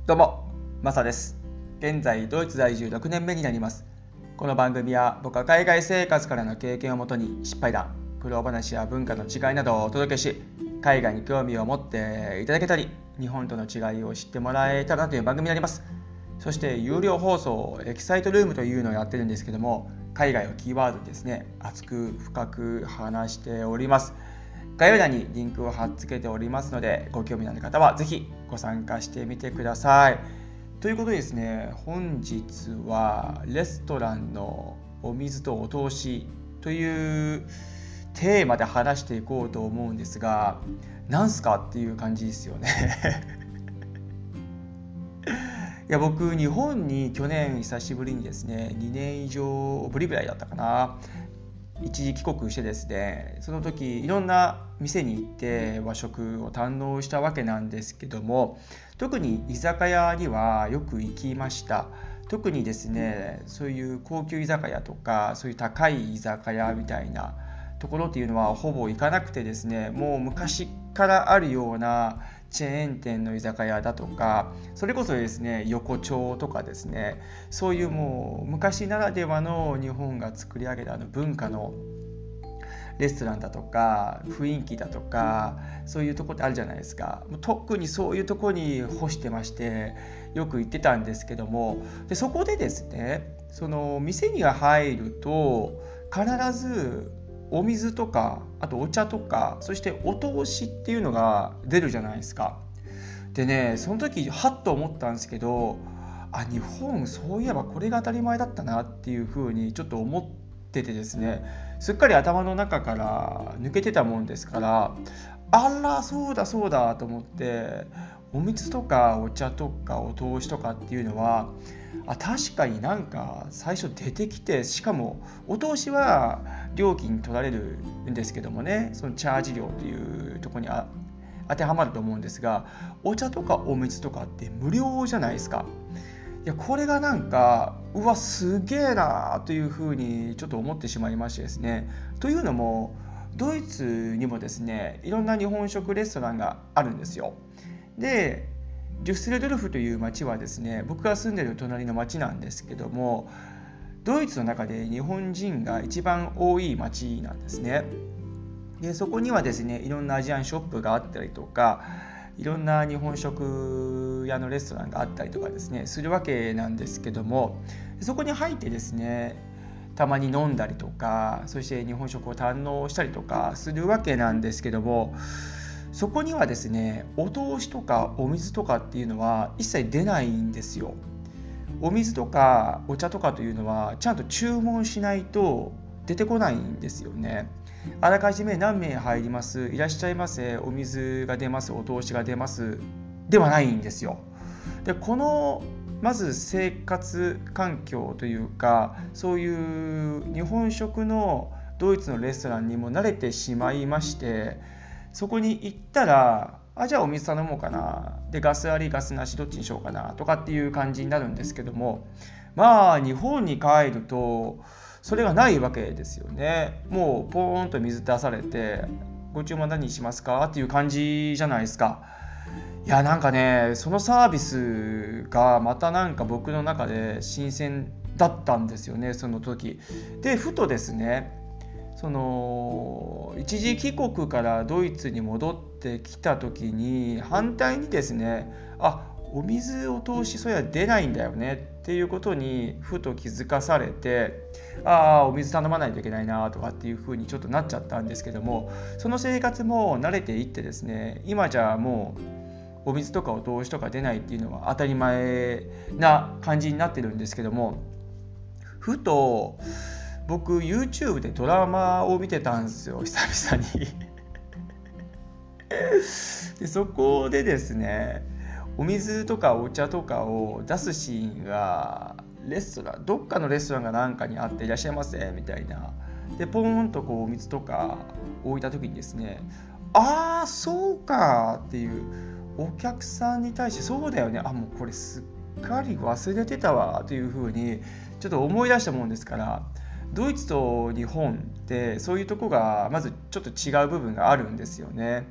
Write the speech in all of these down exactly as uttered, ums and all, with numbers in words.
どうも、マサです。現在ドイツ在住ろくねんめになります。この番組は僕は海外生活からの経験をもとに失敗談、苦労話や文化の違いなどをお届けし、海外に興味を持っていただけたり、日本との違いを知ってもらえたらなという番組になります。そして有料放送エキサイトルームというのをやってるんですけども、海外をキーワードにですね、熱く深く話しております。概要欄にリンクを貼っ付けておりますので、ご興味のある方はぜひご参加してみてください。ということでですね、本日はレストランのお水とお通しというテーマで話していこうと思うんですが、なんすかっていう感じですよね。いや僕、日本に去年久しぶりにですね、にねん以上ぶりぐらいだったかな、一時帰国してですね、その時いろんな店に行って和食を堪能したわけなんですけども、特に居酒屋にはよく行きました。特にですね、そういう高級居酒屋とかそういう高い居酒屋みたいなところっていうのはほぼ行かなくてですね、もう昔からあるようなチェーン店の居酒屋だとか、それこそですね横丁とかですね、そういうもう昔ならではの日本が作り上げたあの文化のレストランだとか雰囲気だとか、そういうとこってあるじゃないですか。特にそういうとこに干してまして、よく行ってたんですけども、でそこでですね、その店に入ると必ずお水とか、あとお茶とか、そしてお通しっていうのが出るじゃないですか。でね、その時ハッと思ったんですけど、あ、日本そういえばこれが当たり前だったなっていうふうにちょっと思っててですね、すっかり頭の中から抜けてたもんですから、あらそうだそうだと思って、お水とかお茶とかお通しとかっていうのは、あ、確かになんか最初出てきて、しかもお通しは料金取られるんですけどもね、そのチャージ料っていうところにあ当てはまると思うんですが、お茶とかお水とかって無料じゃないですか。いやこれがなんかうわすげえなというふうにちょっと思ってしまいましてですね。というのもドイツにもですね、いろんな日本食レストランがあるんですよ。でデュッセルドルフという町はですね、僕が住んでいる隣の町なんですけども、ドイツの中で日本人が一番多い町なんですね。でそこにはですね、いろんなアジアンショップがあったりとか、いろんな日本食屋のレストランがあったりとかですねするわけなんですけども、そこに入ってですね、たまに飲んだりとか、そして日本食を堪能したりとかするわけなんですけども、そこにはですね、お通しとかお水とかっていうのは一切出ないんですよ。お水とかお茶とかというのはちゃんと注文しないと出てこないんですよね。あらかじめ何名入ります、いらっしゃいませ、お水が出ます、お通しが出ますではないんですよ。でこのまず生活環境というか、そういう日本食のドイツのレストランにも慣れてしまいまして、そこに行ったら、あじゃあお水頼もうかな、でガスありガスなしどっちにしようかなとかっていう感じになるんですけども、まあ日本に帰るとそれがないわけですよね。もうポーンと水出されて、ご注文何にしますかっていう感じじゃないですか。いやなんかね、そのサービスがまたなんか僕の中で新鮮だったんですよね、その時で。ふとですね、その一時帰国からドイツに戻ってきた時に、反対にですね、あお水お通しそうや出ないんだよねっていうことにふと気づかされて、ああお水頼まないといけないなとかっていうふうにちょっとなっちゃったんですけども、その生活も慣れていってですね、今じゃもうお水とかお通しとか出ないっていうのは当たり前な感じになってるんですけども、ふと僕 YouTube でドラマを見てたんですよ、久々に。でそこでですね、お水とかお茶とかを出すシーンがレストラン、どっかのレストランがなんかにあって、いらっしゃいませみたいなでポーンとこうお水とか置いた時にですね、ああそうかっていう、お客さんに対してそうだよね、あもうこれすっかり忘れてたわというふうにちょっと思い出したもんですから、ドイツと日本ってそういうとこがまずちょっと違う部分があるんですよね。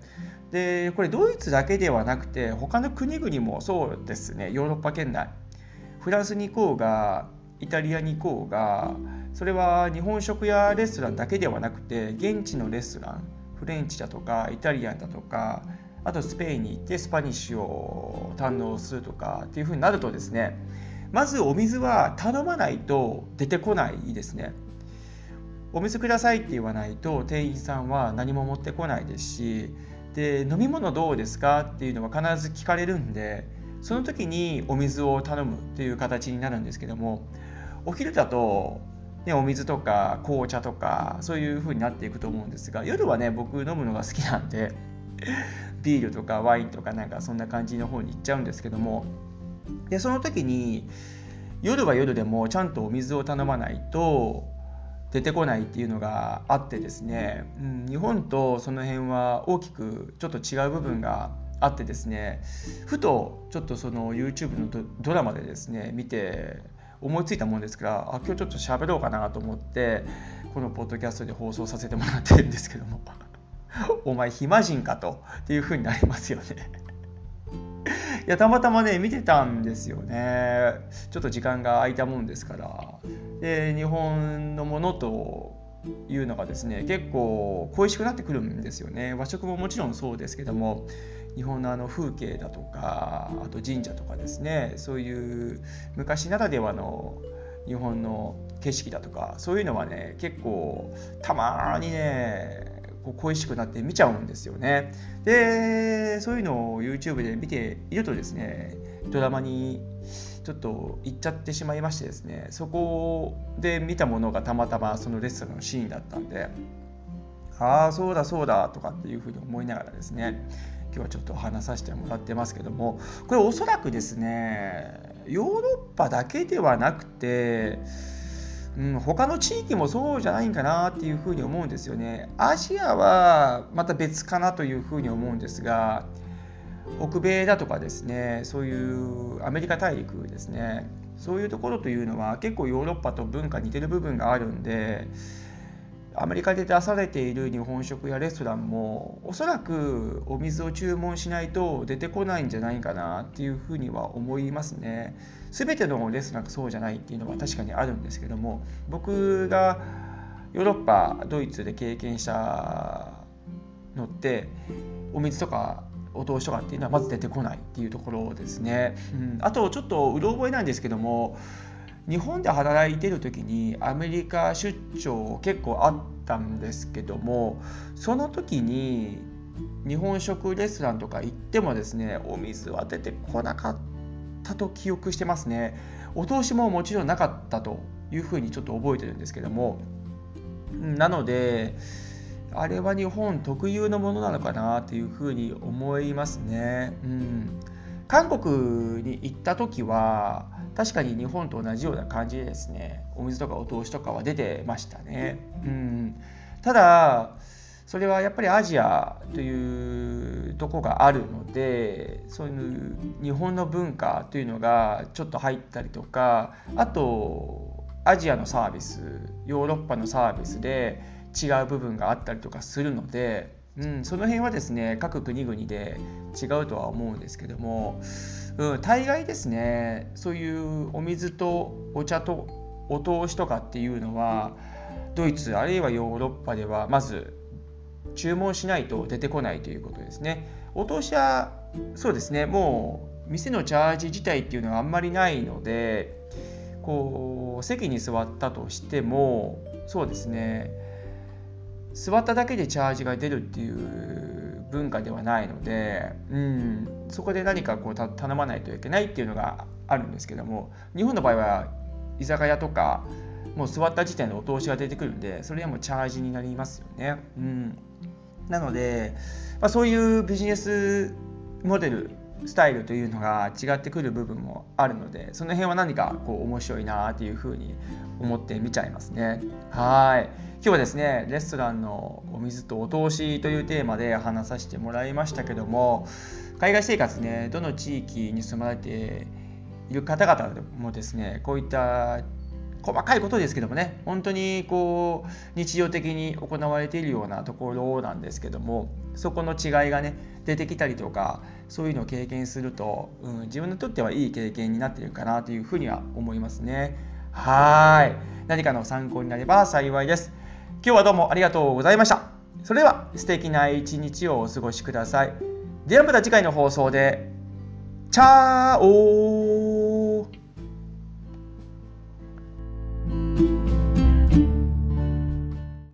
でこれドイツだけではなくて他の国々もそうですね。ヨーロッパ圏内、フランスに行こうがイタリアに行こうが、それは日本食やレストランだけではなくて現地のレストラン、フレンチだとかイタリアンだとか、あとスペインに行ってスパニッシュを堪能するとかっていう風になるとですね、まずお水は頼まないと出てこないですね。お水くださいって言わないと店員さんは何も持ってこないですし、で飲み物どうですかっていうのは必ず聞かれるんで、その時にお水を頼むっていう形になるんですけども、お昼だと、ね、お水とか紅茶とかそういう風になっていくと思うんですが、夜はね僕飲むのが好きなんでビールとかワインとかなんかそんな感じの方に行っちゃうんですけども、でその時に夜は夜でもちゃんとお水を頼まないと出てこないっていうのがあってですね、うん、日本とその辺は大きくちょっと違う部分があってですね、ふとちょっとその YouTube の ド, ドラマでですね見て思いついたもんですから、あ今日ちょっと喋ろうかなと思ってこのポッドキャストで放送させてもらってるんですけどもお前暇人かとっていう風になりますよねいやたまたまね見てたんですよね。ちょっと時間が空いたもんですから、で日本のものというのがですね結構恋しくなってくるんですよね。和食ももちろんそうですけども、日本のあの風景だとか、あと神社とかですね、そういう昔ならではの日本の景色だとか、そういうのはね結構たまにね恋しくなって見ちゃうんですよね。でそういうのを YouTube で見ているとですね、ドラマにちょっと行っちゃってしまいましてですね、そこで見たものがたまたまそのレストランのシーンだったんで、ああそうだそうだとかっていうふうに思いながらですね、今日はちょっと話させてもらってますけども、これおそらくですねヨーロッパだけではなくて、うん、他の地域もそうじゃないんかなっていうふうに思うんですよね。アジアはまた別かなというふうに思うんですが、北米だとかですね、そういうアメリカ大陸ですね、そういうところというのは結構ヨーロッパと文化似てる部分があるんで、アメリカで出されている日本食やレストランもおそらくお水を注文しないと出てこないんじゃないかなっていうふうには思いますね。全てのレストランがそうじゃないっていうのは確かにあるんですけども、僕がヨーロッパドイツで経験したのってお水とかお通しとかっていうのはまず出てこないっていうところですね、うん、あとちょっとうろ覚えなんですけども、日本で働いてる時にアメリカ出張結構あったんですけども、その時に日本食レストランとか行ってもですね、お水は出てこなかったと記憶してますね。お通しももちろんなかったというふうにちょっと覚えてるんですけども、なのであれは日本特有のものなのかなっていうふうに思いますね、うん、韓国に行った時は確かに日本と同じような感じでですね、お水とかお通しとかは出てましたね、うん、ただそれはやっぱりアジアというところがあるので、そういう日本の文化というのがちょっと入ったりとか、あとアジアのサービス、ヨーロッパのサービスで違う部分があったりとかするので、うん、その辺はですね各国々で違うとは思うんですけども、うん、大概ですねそういうお水とお茶とお通しとかっていうのはドイツあるいはヨーロッパではまず注文しないと出てこないということですね。お通しはそうですね、もう店のチャージ自体っていうのはあんまりないので、こう席に座ったとしてもそうですね、座っただけでチャージが出るっていう文化ではないので、うん、そこで何かこう頼まないといけないっていうのがあるんですけども、日本の場合は居酒屋とかもう座った時点でお通しが出てくるんで、それはもうチャージになりますよね、うん、なので、まあ、そういうビジネスモデルスタイルというのが違ってくる部分もあるので、その辺は何かこう面白いなというふうに思って見ちゃいますね。はい、今日はですねレストランのお水とお通しというテーマで話させてもらいましたけども、海外生活ね、どの地域に住まれている方々もですね、こういった細かいことですけどもね、本当にこう日常的に行われているようなところなんですけども、そこの違いがね出てきたりとか、そういうのを経験すると、うん、自分にとってはいい経験になっているかなというふうには思いますね。はい、何かの参考になれば幸いです。今日はどうもありがとうございました。それでは素敵な一日をお過ごしください。ではまた次回の放送で。チャオー。